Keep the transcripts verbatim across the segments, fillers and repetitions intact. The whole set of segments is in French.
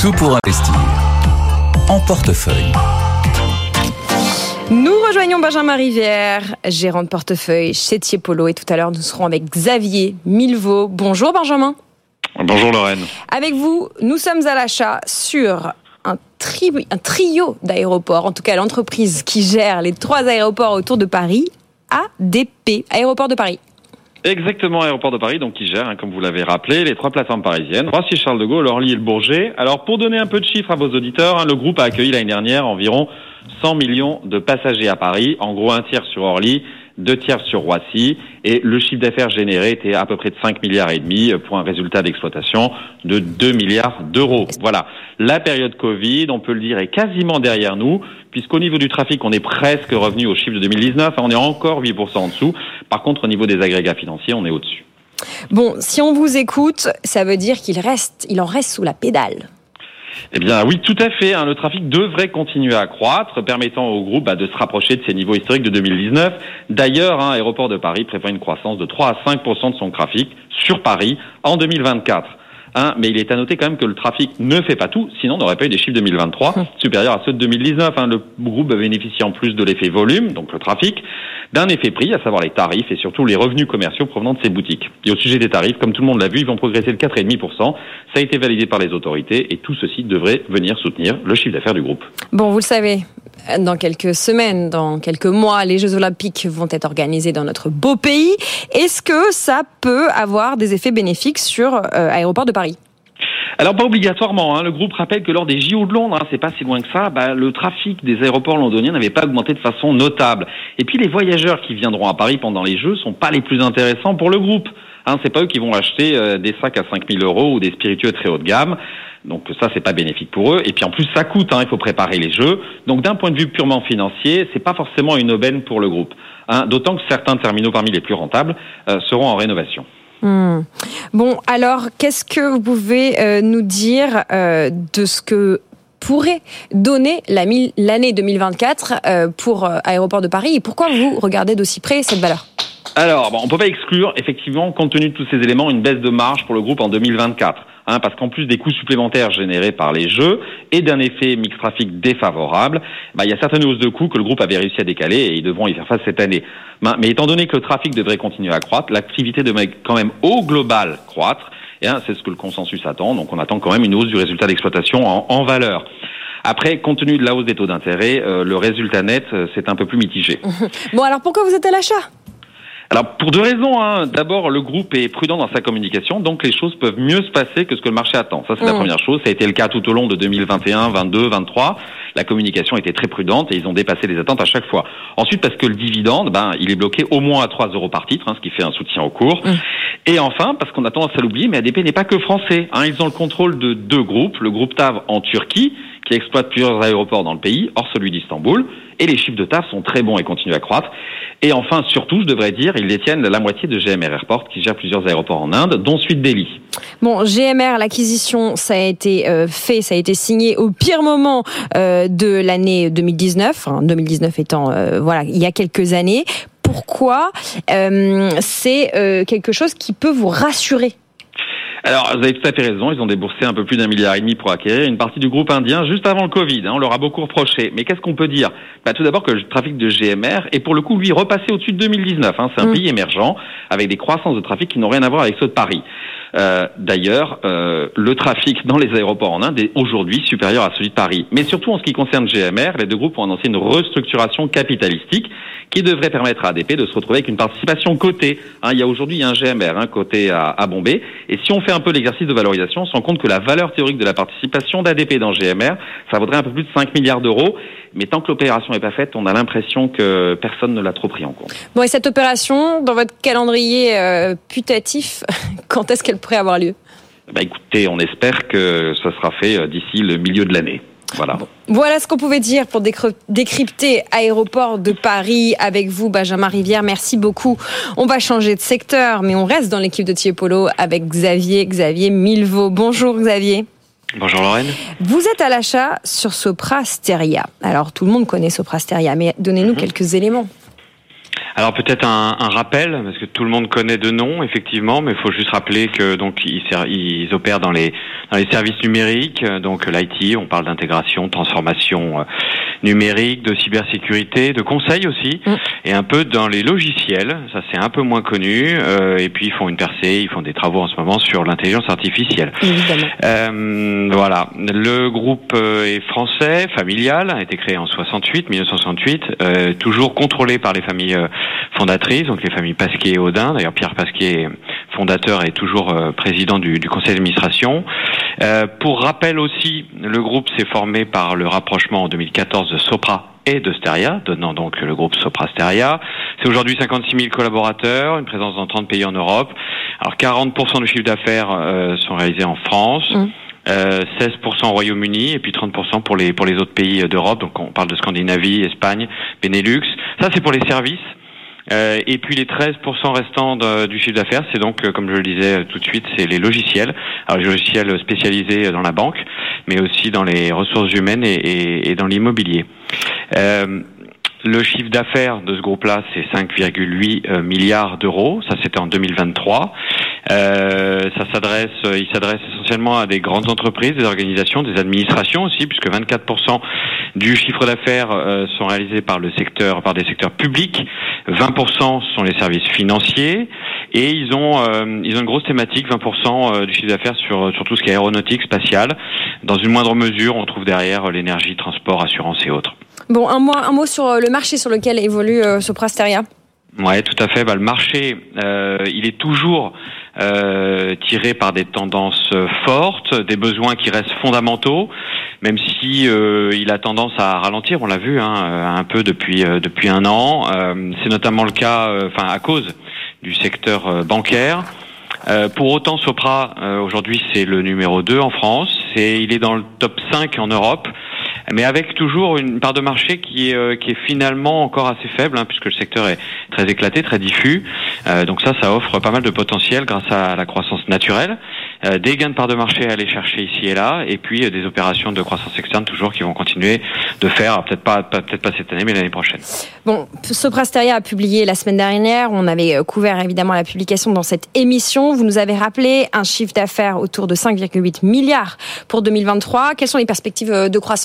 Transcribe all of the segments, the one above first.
Tout pour investir. En portefeuille. Nous rejoignons Benjamin Rivière, gérant de portefeuille chez Tiepolo. Et tout à l'heure, nous serons avec Xavier Milvaud. Bonjour Benjamin. Bonjour Lorraine. Avec vous, nous sommes à l'achat sur un, tri- un trio d'aéroports, en tout cas l'entreprise qui gère les trois aéroports autour de Paris, A D P, Aéroport de Paris. Exactement, Aéroport de Paris, donc qui gère, hein, comme vous l'avez rappelé, les trois plateformes parisiennes, Roissy-Charles de Gaulle, Orly et le Bourget. Alors, pour donner un peu de chiffres à vos auditeurs, hein, le groupe a accueilli l'année dernière environ cent millions de passagers à Paris, en gros un tiers sur Orly, deux tiers sur Roissy, et le chiffre d'affaires généré était à peu près de cinq milliards et demi pour un résultat d'exploitation de deux milliards d'euros. Voilà. La période Covid, on peut le dire, est quasiment derrière nous, puisqu'au niveau du trafic, on est presque revenu au chiffre de deux mille dix-neuf, on est encore huit pour cent en dessous. Par contre, au niveau des agrégats financiers, on est au-dessus. Bon, si on vous écoute, ça veut dire qu'il reste, il en reste sous la pédale. Eh bien oui, tout à fait. Hein, le trafic devrait continuer à croître, permettant au groupe bah, de se rapprocher de ses niveaux historiques de deux mille dix-neuf. D'ailleurs, hein, Aéroport de Paris prévoit une croissance de trois à cinq pour cent de son trafic sur Paris en deux mille vingt-quatre. Hein, mais il est à noter quand même que le trafic ne fait pas tout, sinon on n'aurait pas eu des chiffres deux mille vingt-trois hum. supérieurs à ceux de deux mille dix-neuf. Hein. Le groupe bénéficie en plus de l'effet volume, donc le trafic, d'un effet prix, à savoir les tarifs et surtout les revenus commerciaux provenant de ses boutiques. Et au sujet des tarifs, comme tout le monde l'a vu, ils vont progresser de quatre virgule cinq pour cent. Ça a été validé par les autorités et tout ceci devrait venir soutenir le chiffre d'affaires du groupe. Bon, vous le savez, dans quelques semaines, dans quelques mois, les Jeux Olympiques vont être organisés dans notre beau pays. Est-ce que ça peut avoir des effets bénéfiques sur euh, Aéroport de Paris ? Alors pas obligatoirement, hein. Le groupe rappelle que lors des J O de Londres, hein, c'est pas si loin que ça, bah, le trafic des aéroports londoniens n'avait pas augmenté de façon notable. Et puis les voyageurs qui viendront à Paris pendant les Jeux sont pas les plus intéressants pour le groupe. Hein, c'est pas eux qui vont acheter euh, des sacs à cinq mille euros ou des spiritueux très haut de gamme. Donc ça, c'est pas bénéfique pour eux. Et puis en plus, ça coûte, hein, il faut préparer les Jeux. Donc d'un point de vue purement financier, c'est pas forcément une aubaine pour le groupe. Hein, d'autant que certains terminaux parmi les plus rentables euh, seront en rénovation. Mmh. Bon, alors, qu'est-ce que vous pouvez euh, nous dire euh, de ce que pourrait donner la mille, l'année deux mille vingt-quatre euh, pour euh, Aéroport de Paris et pourquoi vous regardez d'aussi près cette valeur ? Alors, bon, on ne peut pas exclure, effectivement, compte tenu de tous ces éléments, une baisse de marge pour le groupe en deux mille vingt-quatre. Hein, parce qu'en plus des coûts supplémentaires générés par les Jeux et d'un effet mix trafic défavorable, bah, il y a certaines hausses de coûts que le groupe avait réussi à décaler et ils devront y faire face cette année. Mais étant donné que le trafic devrait continuer à croître, l'activité devrait quand même au global croître. Et hein, c'est ce que le consensus attend. Donc on attend quand même une hausse du résultat d'exploitation en, en valeur. Après, compte tenu de la hausse des taux d'intérêt, euh, le résultat net, euh, c'est un peu plus mitigé. Bon, alors pourquoi vous êtes à l'achat ? Alors, pour deux raisons. Hein. D'abord, le groupe est prudent dans sa communication, donc les choses peuvent mieux se passer que ce que le marché attend. Ça, c'est mmh. la première chose. Ça a été le cas tout au long de deux mille vingt et un, vingt-deux, vingt-trois. La communication était très prudente et ils ont dépassé les attentes à chaque fois. Ensuite, parce que le dividende, ben, il est bloqué au moins à trois euros par titre, hein, ce qui fait un soutien au cours. Mmh. Et enfin, parce qu'on a tendance à l'oublier, mais A D P n'est pas que français. Hein. Ils ont le contrôle de deux groupes. Le groupe T A V en Turquie, qui exploite plusieurs aéroports dans le pays, hors celui d'Istanbul. Et les chiffres de T A V sont très bons et continuent à croître. Et enfin, surtout, je devrais dire, ils détiennent la moitié de G M R Airport, qui gère plusieurs aéroports en Inde, dont celui de Delhi. Bon, G M R, l'acquisition, ça a été euh, fait, ça a été signé au pire moment euh, de l'année deux mille dix-neuf, hein, deux mille dix-neuf étant, euh, voilà, il y a quelques années. Pourquoi euh, c'est euh, quelque chose qui peut vous rassurer ? Alors, vous avez tout à fait raison, ils ont déboursé un peu plus d'un milliard et demi pour acquérir une partie du groupe indien juste avant le Covid. Hein, on leur a beaucoup reproché. Mais qu'est-ce qu'on peut dire ? Bah, tout d'abord que le trafic de G M R est pour le coup, lui, repassé au-dessus de deux mille dix-neuf. Hein, c'est un mmh. pays émergent avec des croissances de trafic qui n'ont rien à voir avec ceux de Paris. Euh, d'ailleurs, euh, le trafic dans les aéroports en Inde est aujourd'hui supérieur à celui de Paris. Mais surtout en ce qui concerne G M R, les deux groupes ont annoncé une restructuration capitalistique qui devrait permettre à A D P de se retrouver avec une participation cotée. Hein, il y a aujourd'hui il y a un G M R hein, coté à, à Bombay. Et si on fait un peu l'exercice de valorisation, on se rend compte que la valeur théorique de la participation d'A D P dans G M R, ça vaudrait un peu plus de cinq milliards d'euros. Mais tant que l'opération n'est pas faite, on a l'impression que personne ne l'a trop pris en compte. Bon, et cette opération, dans votre calendrier euh, putatif, quand est-ce qu'elle pourrait avoir lieu ? Bah écoutez, on espère que ça sera fait d'ici le milieu de l'année. Voilà. Bon. Voilà ce qu'on pouvait dire pour décrypter Aéroport de Paris avec vous, Benjamin Rivière. Merci beaucoup. On va changer de secteur, mais on reste dans l'équipe de Tiepolo avec Xavier, Xavier Milvaud. Bonjour Xavier. Bonjour Lorraine. Vous êtes à l'achat sur Sopra Steria. Alors tout le monde connaît Sopra Steria, mais donnez-nous mmh. quelques éléments. Alors peut-être un, un rappel, parce que tout le monde connaît de nom, effectivement, mais il faut juste rappeler que donc ils, ils opèrent dans les dans les services numériques, donc l'I T, on parle d'intégration, transformation euh, numérique, de cybersécurité, de conseil aussi, mmh. et un peu dans les logiciels, ça c'est un peu moins connu, euh, et puis ils font une percée, ils font des travaux en ce moment sur l'intelligence artificielle. Évidemment. Euh, voilà, le groupe est français, familial, a été créé en soixante-huit, mille neuf cent soixante-huit, euh, toujours contrôlé par les familles euh, fondatrices, donc les familles Pasquier et Audin. D'ailleurs, Pierre Pasquier, fondateur, est toujours euh, président du, du conseil d'administration. Euh, pour rappel aussi, le groupe s'est formé par le rapprochement en deux mille quatorze de Sopra et de Steria, donnant donc le groupe Sopra Steria. C'est aujourd'hui cinquante-six mille collaborateurs, une présence dans trente pays en Europe. Alors quarante pour cent du chiffre d'affaires euh, sont réalisés en France. Mmh. Euh, seize pour cent au Royaume-Uni et puis trente pour cent pour les pour les autres pays d'Europe. Donc on parle de Scandinavie, Espagne, Benelux. Ça c'est pour les services. Euh, et puis les treize pour cent restants de, du chiffre d'affaires, c'est donc, comme je le disais tout de suite, c'est les logiciels. Alors les logiciels spécialisés dans la banque, mais aussi dans les ressources humaines et, et, et dans l'immobilier. Euh, Le chiffre d'affaires de ce groupe-là, c'est cinq virgule huit milliards d'euros. Ça, c'était en deux mille vingt-trois. Euh, ça s'adresse, il s'adresse essentiellement à des grandes entreprises, des organisations, des administrations aussi, puisque vingt-quatre pour cent du chiffre d'affaires euh, sont réalisés par le secteur, par des secteurs publics. vingt pour cent sont les services financiers. Et ils ont, euh, ils ont une grosse thématique, vingt pour cent du chiffre d'affaires sur, sur tout ce qui est aéronautique, spatial. Dans une moindre mesure, on trouve derrière l'énergie, transport, assurance et autres. Bon, un mot, un mot sur le marché sur lequel évolue euh, Sopra Steria. Ouais, tout à fait. Bah, le marché, euh, il est toujours euh, tiré par des tendances fortes, des besoins qui restent fondamentaux, même si euh, il a tendance à ralentir. On l'a vu hein, un peu depuis euh, depuis un an. Euh, c'est notamment le cas, enfin euh, à cause du secteur euh, bancaire. Euh, pour autant, Sopra euh, aujourd'hui c'est le numéro deux en France. C'est, il est dans le top cinq en Europe. Mais avec toujours une part de marché qui est, euh, qui est finalement encore assez faible, hein, puisque le secteur est très éclaté, très diffus. Euh, donc ça, ça offre pas mal de potentiel grâce à la croissance naturelle, euh, des gains de part de marché à aller chercher ici et là, et puis euh, des opérations de croissance externe toujours qui vont continuer de faire, alors, peut-être pas, pas, peut-être pas cette année, mais l'année prochaine. Bon, Sopra Steria a publié la semaine dernière. On avait couvert évidemment la publication dans cette émission. Vous nous avez rappelé un chiffre d'affaires autour de cinq virgule huit milliards pour deux mille vingt-trois. Quelles sont les perspectives de croissance ?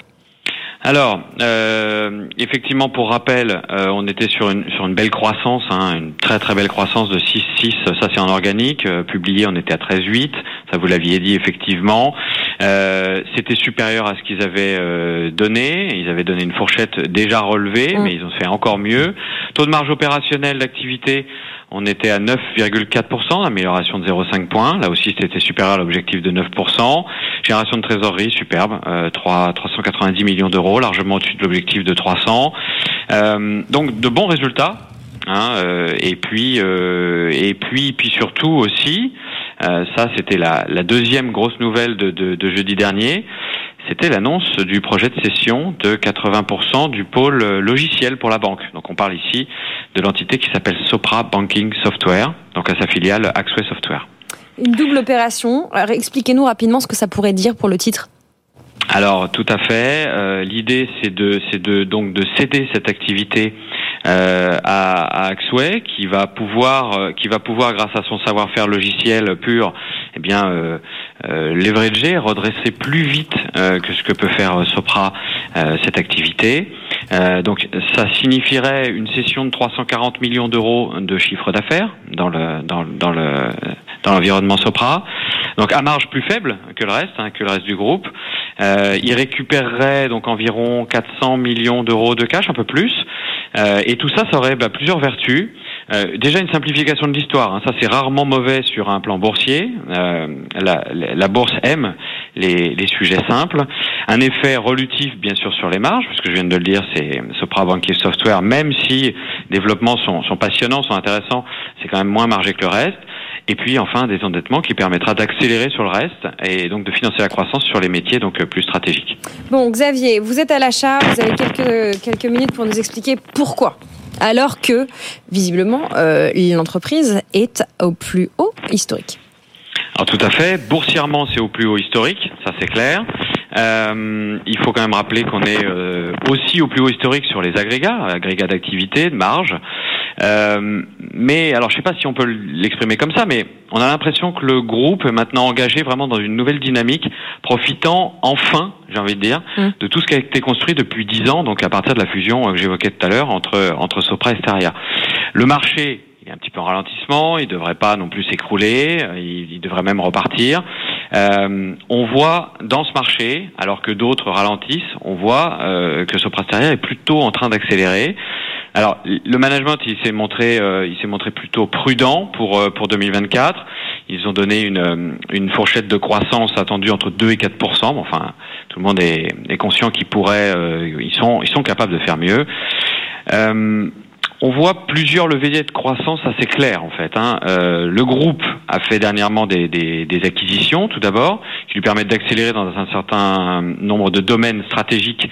Alors, euh, effectivement, pour rappel, euh, on était sur une sur une belle croissance, hein, une très très belle croissance de six virgule six, ça c'est en organique. Euh, publié, on était à treize virgule huit, ça vous l'aviez dit effectivement. Euh, c'était supérieur à ce qu'ils avaient euh, donné. Ils avaient donné une fourchette déjà relevée, mmh. mais ils ont fait encore mieux. Taux de marge opérationnelle d'activité, on était à neuf virgule quatre pour cent, amélioration de zéro virgule cinq points. Là aussi, c'était supérieur à l'objectif de neuf pour cent. Génération de trésorerie, superbe, euh, trois cent quatre-vingt-dix millions d'euros, largement au-dessus de l'objectif de trois cents. Euh, donc, de bons résultats. Hein, euh, et puis, euh, et puis, puis surtout aussi, euh, ça, c'était la, la deuxième grosse nouvelle de, de, de jeudi dernier. C'était l'annonce du projet de cession de quatre-vingts pour cent du pôle logiciel pour la banque. Donc on parle ici de l'entité qui s'appelle Sopra Banking Software, donc à sa filiale Axway Software. Une double opération. Alors, expliquez-nous rapidement ce que ça pourrait dire pour le titre. Alors tout à fait. Euh, l'idée c'est de c'est de donc de céder cette activité euh, à, à Axway qui va pouvoir euh, qui va pouvoir grâce à son savoir-faire logiciel pur, eh bien euh, euh, leverager, redresser plus vite euh, que ce que peut faire euh, Sopra euh, cette activité. Euh, donc ça signifierait une cession de trois cent quarante millions d'euros de chiffre d'affaires dans le dans dans le dans l'environnement Sopra. Donc à marge plus faible que le reste, hein, que le reste du groupe. Euh, il récupérerait donc environ quatre cents millions d'euros de cash, un peu plus. Euh, et tout ça, ça aurait bah, plusieurs vertus. Euh, déjà une simplification de l'histoire, hein, ça c'est rarement mauvais sur un plan boursier. Euh, la, la bourse aime les, les sujets simples. Un effet relutif bien sûr sur les marges, puisque je viens de le dire, c'est Sopra Banking Software, même si les développements sont, sont passionnants, sont intéressants, c'est quand même moins margé que le reste. Et puis enfin des endettements qui permettra d'accélérer sur le reste et donc de financer la croissance sur les métiers donc plus stratégiques. Bon Xavier, vous êtes à l'achat, vous avez quelques quelques minutes pour nous expliquer pourquoi. Alors que visiblement euh, l'entreprise est au plus haut historique. Alors tout à fait, boursièrement c'est au plus haut historique, ça c'est clair. Euh, il faut quand même rappeler qu'on est euh, aussi au plus haut historique sur les agrégats, agrégats d'activité, de marge. Euh, mais alors, je sais pas si on peut l'exprimer comme ça, mais on a l'impression que le groupe est maintenant engagé vraiment dans une nouvelle dynamique, profitant enfin, j'ai envie de dire, mmh. de tout ce qui a été construit depuis dix ans, donc à partir de la fusion que j'évoquais tout à l'heure entre entre Sopra et Steria. Le marché, il est un petit peu en ralentissement, il devrait pas non plus s'écrouler, il, il devrait même repartir. Euh, on voit dans ce marché, alors que d'autres ralentissent, on voit euh, que Sopra Steria est plutôt en train d'accélérer. Alors, le management, il s'est montré, euh, il s'est montré plutôt prudent pour euh, pour deux mille vingt-quatre. Ils ont donné une une fourchette de croissance attendue entre deux et quatre pour cent. Bon, enfin, tout le monde est, est conscient qu'ils pourraient, euh, ils sont ils sont capables de faire mieux. Euh, On voit plusieurs leviers de croissance assez clairs en fait. Hein. Euh, le groupe a fait dernièrement des, des, des acquisitions, tout d'abord, qui lui permettent d'accélérer dans un certain nombre de domaines stratégiques,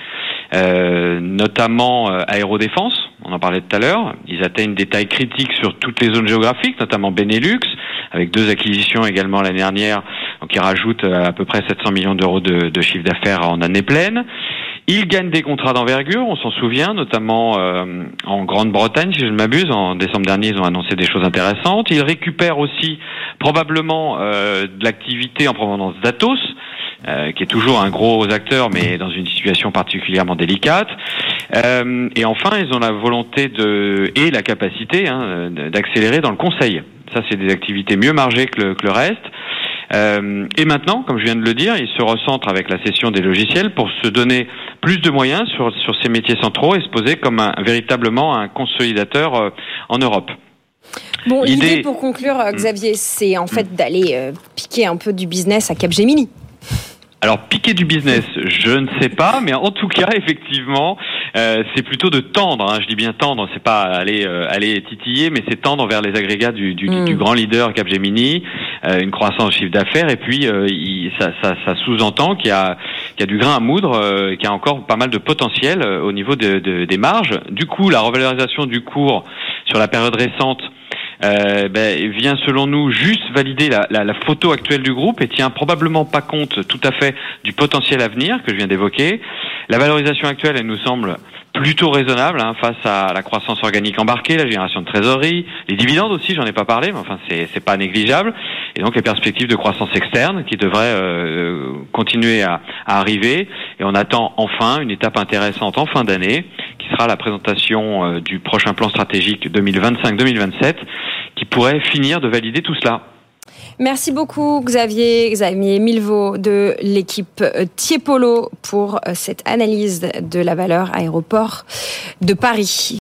euh, notamment euh, aérodéfense. On en parlait tout à l'heure. Ils atteignent des tailles critiques sur toutes les zones géographiques, notamment Benelux, avec deux acquisitions également l'année dernière, donc qui rajoutent à peu près sept cents millions d'euros de, de chiffre d'affaires en année pleine. Ils gagnent des contrats d'envergure, on s'en souvient, notamment euh, en Grande-Bretagne, si je ne m'abuse. En décembre dernier, ils ont annoncé des choses intéressantes. Ils récupèrent aussi probablement euh, de l'activité en provenance d'Atos, euh, qui est toujours un gros acteur, mais dans une situation particulièrement délicate. Euh, et enfin, ils ont la volonté de et la capacité hein, d'accélérer dans le conseil. Ça, c'est des activités mieux margées que le, que le reste. Euh, et maintenant, comme je viens de le dire, ils se recentrent avec la cession des logiciels pour se donner plus de moyens sur, sur ces métiers centraux et se poser comme un, véritablement un consolidateur euh, en Europe. Bon, l'idée, l'idée pour conclure, Xavier, c'est en fait d'aller euh, piquer un peu du business à Capgemini. Alors, piquer du business, je ne sais pas, mais en tout cas, effectivement, euh, c'est plutôt de tendre. Hein, je dis bien tendre, c'est pas aller euh, aller titiller, mais c'est tendre vers les agrégats du, du, mmh. du grand leader Capgemini, euh, une croissance de chiffre d'affaires, et puis euh, il, ça, ça, ça sous-entend qu'il y a qu'il y a du grain à moudre, euh, qu'il y a encore pas mal de potentiel euh, au niveau de, de, des marges. Du coup, la revalorisation du cours sur la période récente. Euh, ben, vient selon nous juste valider la, la, la photo actuelle du groupe et tient probablement pas compte tout à fait du potentiel à venir que je viens d'évoquer. La valorisation actuelle, elle nous semble plutôt raisonnable hein, face à la croissance organique embarquée, la génération de trésorerie, les dividendes aussi, j'en ai pas parlé, mais enfin c'est c'est pas négligeable, et donc les perspectives de croissance externe qui devraient euh, continuer à, à arriver, et on attend enfin une étape intéressante en fin d'année, qui sera la présentation euh, du prochain plan stratégique deux mille vingt-cinq deux mille vingt-sept, qui pourrait finir de valider tout cela. Merci beaucoup Xavier, Xavier Milvaud de l'équipe Tiepolo pour cette analyse de la valeur aéroport de Paris.